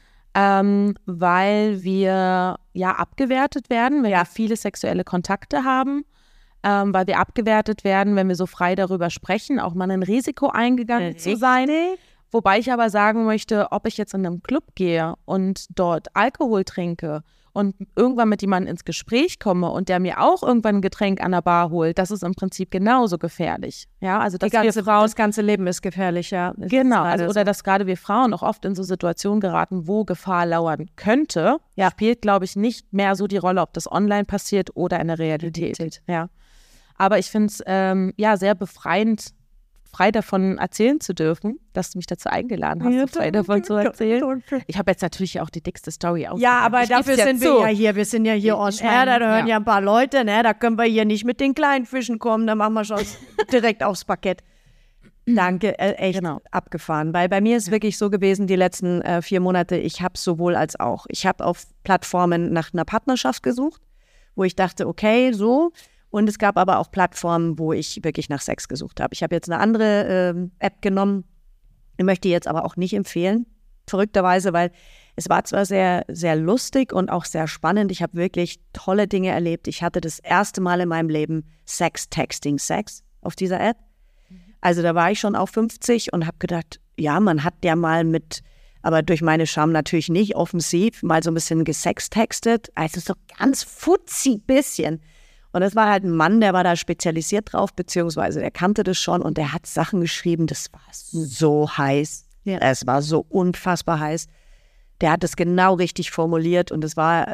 ähm, weil wir ja abgewertet werden, wenn ja. wir viele sexuelle Kontakte haben, ähm, weil wir abgewertet werden, wenn wir so frei darüber sprechen, auch mal ein Risiko eingegangen Richtig. zu sein. Wobei ich aber sagen möchte, ob ich jetzt in einen Club gehe und dort Alkohol trinke und irgendwann mit jemandem ins Gespräch komme und der mir auch irgendwann ein Getränk an der Bar holt, das ist im Prinzip genauso gefährlich. Ja, also dass Die ganze, wir Frauen, das ganze Leben ist gefährlich, ja. Das genau, also, oder so. Dass gerade wir Frauen auch oft in so Situationen geraten, wo Gefahr lauern könnte, ja. spielt, glaube ich, nicht mehr so die Rolle, ob das online passiert oder in der Realität. Realität. Ja. Aber ich finde es ähm, ja, sehr befreiend, frei davon erzählen zu dürfen, dass du mich dazu eingeladen hast, ja, frei davon zu erzählen. Ich habe jetzt natürlich auch die dickste Story aus. Ja, aber ich dafür sind wir ja hier. Wir sind ja hier on air, da hören ja. ja ein paar Leute, ne? Da können wir hier nicht mit den kleinen Fischen kommen, da machen wir schon direkt aufs Parkett. Danke, äh, echt genau. abgefahren. Weil bei mir ist wirklich so gewesen, die letzten äh, vier Monate, ich habe sowohl als auch. Ich habe auf Plattformen nach einer Partnerschaft gesucht, wo ich dachte, okay, so. Und es gab aber auch Plattformen, wo ich wirklich nach Sex gesucht habe. Ich habe jetzt eine andere äh, App genommen. Ich möchte die jetzt aber auch nicht empfehlen, verrückterweise, weil es war zwar sehr, sehr lustig und auch sehr spannend. Ich habe wirklich tolle Dinge erlebt. Ich hatte das erste Mal in meinem Leben Sex-Texting-Sex auf dieser App. Also da war ich schon auf fünfzig und habe gedacht, ja, man hat ja mal mit, aber durch meine Scham natürlich nicht offensiv, mal so ein bisschen gesextextet. Also so ganz futzi bisschen. Und es war halt ein Mann, der war da spezialisiert drauf, beziehungsweise der kannte das schon und der hat Sachen geschrieben, das war so heiß. Ja. Es war so unfassbar heiß. Der hat es genau richtig formuliert und es war,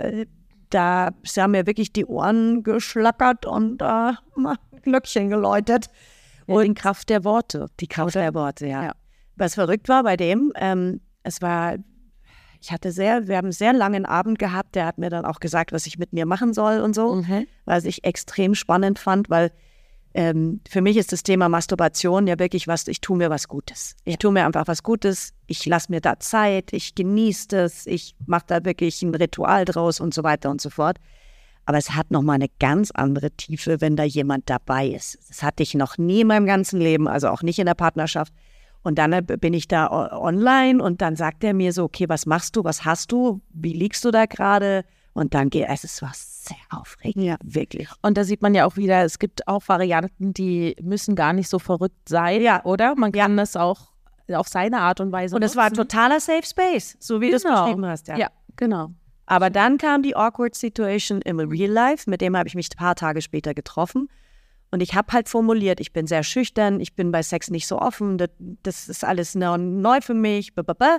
da haben mir wirklich die Ohren geschlackert und äh, Glöckchen geläutet. Ja, und die Kraft der Worte. Die Kraft der Worte, ja. ja. Was verrückt war bei dem, ähm, es war... Ich hatte sehr, wir haben einen sehr langen Abend gehabt, der hat mir dann auch gesagt, was ich mit mir machen soll und so, mhm. was ich extrem spannend fand, weil ähm, für mich ist das Thema Masturbation ja wirklich was, ich tue mir was Gutes. Ich tue mir einfach was Gutes, ich lasse mir da Zeit, ich genieße das, ich mache da wirklich ein Ritual draus und so weiter und so fort. Aber es hat nochmal eine ganz andere Tiefe, wenn da jemand dabei ist. Das hatte ich noch nie in meinem ganzen Leben, also auch nicht in der Partnerschaft. Und dann bin ich da online und dann sagt er mir so, okay, was machst du, was hast du, wie liegst du da gerade? Und dann geht es, es war sehr aufregend, ja, wirklich. Und da sieht man ja auch wieder, es gibt auch Varianten, die müssen gar nicht so verrückt sein, ja. oder? Man kann ja. das auch auf seine Art und Weise Und es war ein totaler Safe Space, so wie genau. du es beschrieben hast. Ja, ja genau. Aber dann kam die awkward Situation im Real Life, mit dem habe ich mich ein paar Tage später getroffen. Und ich habe halt formuliert, ich bin sehr schüchtern, ich bin bei Sex nicht so offen, das, das ist alles neu für mich.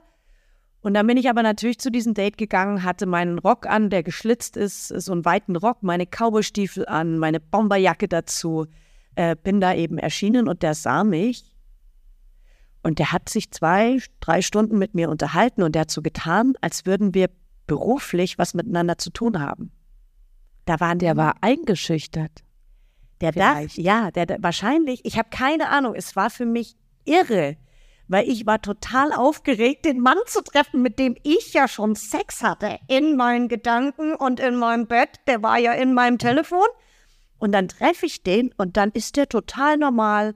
Und dann bin ich aber natürlich zu diesem Date gegangen, hatte meinen Rock an, der geschlitzt ist, so einen weiten Rock, meine Cowboystiefel an, meine Bomberjacke dazu, äh, bin da eben erschienen und der sah mich. Und der hat sich zwei, drei Stunden mit mir unterhalten und der hat so getan, als würden wir beruflich was miteinander zu tun haben. Da waren der war eingeschüchtert. Der darf, ja, der, der wahrscheinlich, ich habe keine Ahnung, es war für mich irre, weil ich war total aufgeregt, den Mann zu treffen, mit dem ich ja schon Sex hatte, in meinen Gedanken und in meinem Bett, der war ja in meinem Telefon und dann treffe ich den und dann ist der total normal,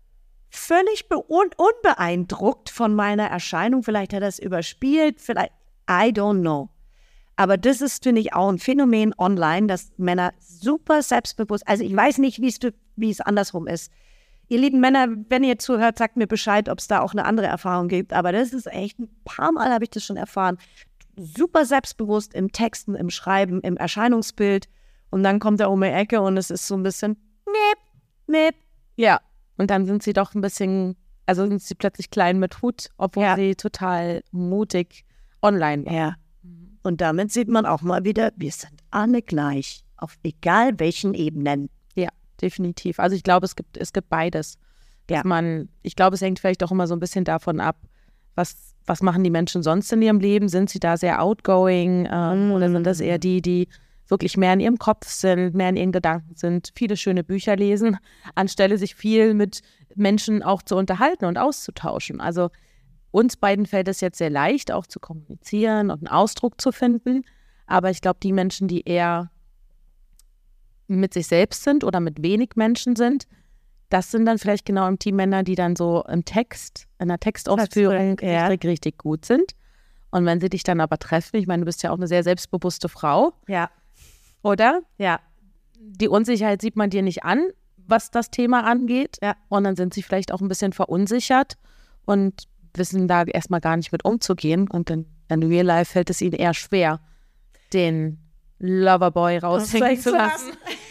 völlig un- unbeeindruckt von meiner Erscheinung, vielleicht hat er es überspielt, vielleicht, I don't know. Aber das ist, finde ich, auch ein Phänomen online, dass Männer super selbstbewusst, also ich weiß nicht, wie es andersrum ist. Ihr lieben Männer, wenn ihr zuhört, sagt mir Bescheid, ob es da auch eine andere Erfahrung gibt. Aber das ist echt, ein paar Mal habe ich das schon erfahren. Super selbstbewusst im Texten, im Schreiben, im Erscheinungsbild. Und dann kommt er um die Ecke und es ist so ein bisschen mip, mip. Ja, und dann sind sie doch ein bisschen, also sind sie plötzlich klein mit Hut, obwohl Ja. sie total mutig online waren. Ja. Und damit sieht man auch mal wieder, wir sind alle gleich, auf egal welchen Ebenen. Ja, definitiv. Also ich glaube, es gibt, es gibt beides. Dass Ja. man, ich glaube, es hängt vielleicht auch immer so ein bisschen davon ab, was, was machen die Menschen sonst in ihrem Leben? Sind sie da sehr outgoing ähm, Mhm. oder sind das eher die, die wirklich mehr in ihrem Kopf sind, mehr in ihren Gedanken sind, viele schöne Bücher lesen, anstelle sich viel mit Menschen auch zu unterhalten und auszutauschen. Also uns beiden fällt es jetzt sehr leicht, auch zu kommunizieren und einen Ausdruck zu finden. Aber ich glaube, die Menschen, die eher mit sich selbst sind oder mit wenig Menschen sind, das sind dann vielleicht genau im Team Männer, die dann so im Text, in der Textausführung Ja. richtig, richtig gut sind. Und wenn sie dich dann aber treffen, ich meine, du bist ja auch eine sehr selbstbewusste Frau, Ja, oder? ja, Die Unsicherheit sieht man dir nicht an, was das Thema angeht. Ja. Und dann sind sie vielleicht auch ein bisschen verunsichert und wissen da erstmal gar nicht mit umzugehen. Und dann in Real Life fällt es ihnen eher schwer, den Loverboy raushängen zu lassen.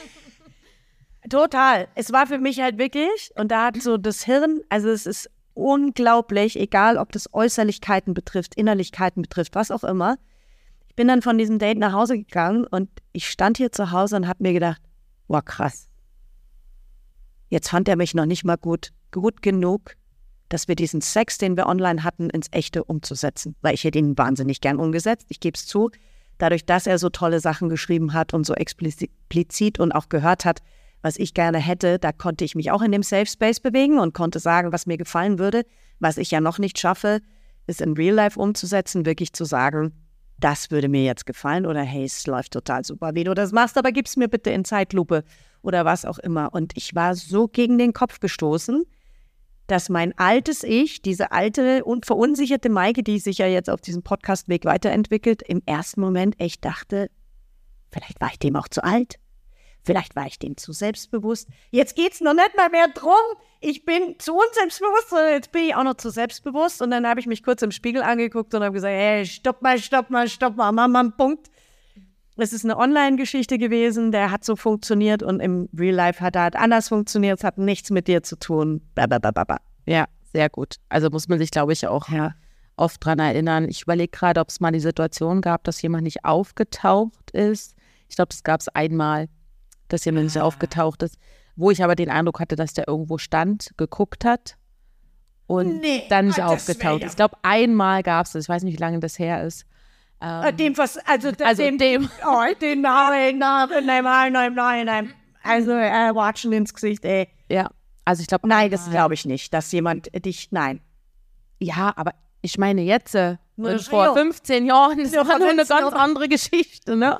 Total. Es war für mich halt wirklich, und da hat so das Hirn, also es ist unglaublich, egal ob das Äußerlichkeiten betrifft, Innerlichkeiten betrifft, was auch immer. Ich bin dann von diesem Date nach Hause gegangen und ich stand hier zu Hause und habe mir gedacht, wow, krass. Jetzt fand er mich noch nicht mal gut, gut genug, dass wir diesen Sex, den wir online hatten, ins Echte umzusetzen. Weil ich hätte ihn wahnsinnig gern umgesetzt, ich gebe es zu. Dadurch, dass er so tolle Sachen geschrieben hat und so explizit und auch gehört hat, was ich gerne hätte, da konnte ich mich auch in dem Safe Space bewegen und konnte sagen, was mir gefallen würde. Was ich ja noch nicht schaffe, ist in Real Life umzusetzen, wirklich zu sagen, das würde mir jetzt gefallen oder hey, es läuft total super, wie du das machst, aber gib's mir bitte in Zeitlupe oder was auch immer. Und ich war so gegen den Kopf gestoßen, dass mein altes Ich, diese alte und verunsicherte Maike, die sich ja jetzt auf diesem Podcastweg weiterentwickelt, im ersten Moment echt dachte, vielleicht war ich dem auch zu alt. Vielleicht war ich dem zu selbstbewusst. Jetzt geht's noch nicht mal mehr drum. Ich bin zu unselbstbewusst, sondern jetzt bin ich auch noch zu selbstbewusst. Und dann habe ich mich kurz im Spiegel angeguckt und habe gesagt, hey, stopp mal, stopp mal, stopp mal, mach mal einen Punkt. Es ist eine Online-Geschichte gewesen, der hat so funktioniert und im Real Life hat er halt anders funktioniert. Es hat nichts mit dir zu tun. Blablabla. Ja, sehr gut. Also muss man sich, glaube ich, auch Ja. oft dran erinnern. Ich überlege gerade, ob es mal die Situation gab, dass jemand nicht aufgetaucht ist. Ich glaube, das gab es einmal, dass jemand nicht aufgetaucht ist, wo ich aber den Eindruck hatte, dass der irgendwo stand, geguckt hat und Nee, dann nicht das wär aufgetaucht ja- ist. Ich glaube, einmal gab es das. Ich weiß nicht, wie lange das her ist. Ähm, Dem, was, also, also dem, dem, oh, den nein, nein, nein, nein, nein, nein, nein. Also, äh, watschen ins Gesicht, ey. ja, also ich glaube, Nein, das glaube ich nicht, dass jemand dich, nein. ja, aber ich meine jetzt, äh, Na, und vor ja. fünfzehn Jahren ist Ja, doch eine fünfzehn ganz Jahre. andere Geschichte, ne?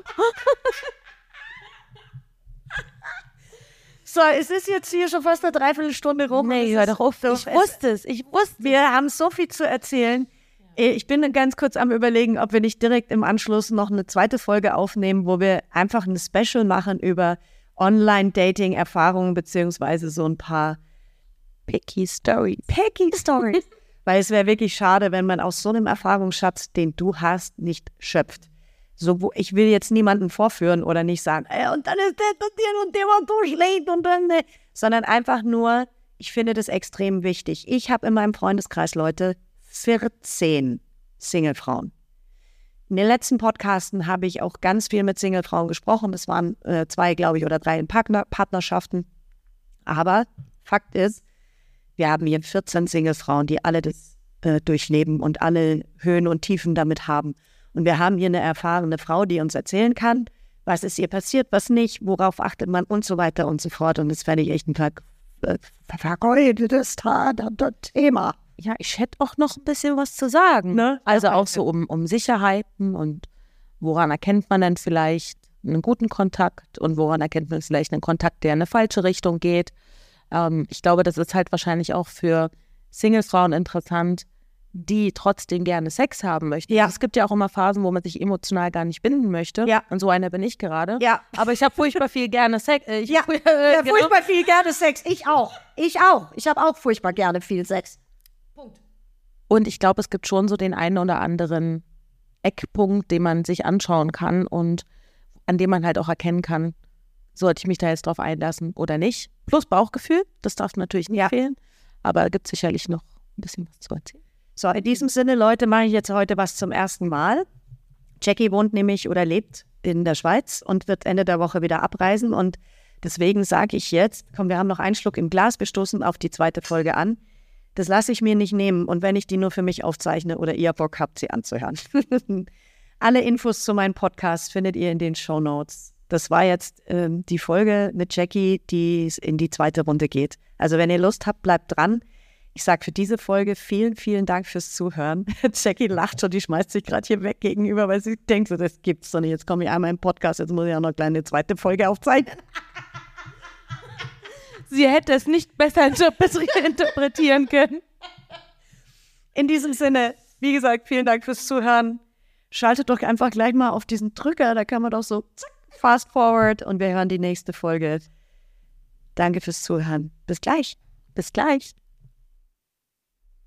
So, es ist jetzt hier schon fast eine Dreiviertelstunde rum. Nee, Es hör ist doch auf. so- Ich wusste es, ich wusste es. Wir haben so viel zu erzählen. Äh, Ich bin dann ganz kurz am Überlegen, ob wir nicht direkt im Anschluss noch eine zweite Folge aufnehmen, wo wir einfach ein Special machen über Online-Dating-Erfahrungen beziehungsweise so ein paar Picky Story. Picky-Stories. Weil es wäre wirklich schade, wenn man aus so einem Erfahrungsschatz, den du hast, nicht schöpft. So, wo, ich will jetzt niemanden vorführen oder nicht sagen, ey, und dann ist der und der und der war so schlecht und dann, ne. Sondern einfach nur, ich finde das extrem wichtig. Ich habe in meinem Freundeskreis, Leute, vierzehn Singlefrauen. In den letzten Podcasten habe ich auch ganz viel mit Singlefrauen gesprochen. Es waren äh, zwei, glaube ich, oder drei in Partner Partnerschaften. Aber Fakt ist, wir haben hier vierzehn Singlefrauen, die alle das äh, durchleben und alle Höhen und Tiefen damit haben. Und wir haben hier eine erfahrene Frau, die uns erzählen kann, was ist ihr passiert, was nicht, worauf achtet man und so weiter und so fort. Und das fände ich echt ein ver ver vergeudetes Thema. Ja, ich hätte auch noch ein bisschen was zu sagen. Ne? Also Ja, auch so um, um Sicherheiten und woran erkennt man denn vielleicht einen guten Kontakt und woran erkennt man vielleicht einen Kontakt, der in eine falsche Richtung geht. Ähm, ich glaube, das ist halt wahrscheinlich auch für Singlefrauen interessant, die trotzdem gerne Sex haben möchten. Ja. Es gibt ja auch immer Phasen, wo man sich emotional gar nicht binden möchte. Ja. Und so einer bin ich gerade. Ja. Aber ich habe furchtbar viel gerne Sex. Äh, ich Ja, äh, ja genau. furchtbar viel gerne Sex. Ich auch. Ich auch. Ich habe auch furchtbar gerne viel Sex. Und ich glaube, es gibt schon so den einen oder anderen Eckpunkt, den man sich anschauen kann und an dem man halt auch erkennen kann, sollte ich mich da jetzt drauf einlassen oder nicht. Plus Bauchgefühl, das darf natürlich nicht Ja. fehlen. Aber gibt sicherlich noch ein bisschen was zu erzählen. So, in diesem Sinne, Leute, mache ich jetzt heute was zum ersten Mal. Jackie wohnt nämlich oder lebt in der Schweiz und wird Ende der Woche wieder abreisen. Und deswegen sage ich jetzt, komm, wir haben noch einen Schluck im Glas, wir stoßen auf die zweite Folge an. Das lasse ich mir nicht nehmen. Und wenn ich die nur für mich aufzeichne oder ihr Bock habt, sie anzuhören. Alle Infos zu meinem Podcast findet ihr in den Shownotes. Das war jetzt ähm, die Folge mit Jackie, die in die zweite Runde geht. Also wenn ihr Lust habt, bleibt dran. Ich sage für diese Folge vielen, vielen Dank fürs Zuhören. Jackie lacht schon, die schmeißt sich gerade hier weg gegenüber, weil sie denkt, so, das gibt's doch nicht. Jetzt komme ich einmal im Podcast, jetzt muss ich auch noch gleich eine zweite Folge aufzeichnen. Sie hätte es nicht besser interpretieren können. In diesem Sinne, wie gesagt, vielen Dank fürs Zuhören. Schaltet doch einfach gleich mal auf diesen Drücker, da kann man doch so zack, fast forward und wir hören die nächste Folge. Danke fürs Zuhören. Bis gleich. Bis gleich.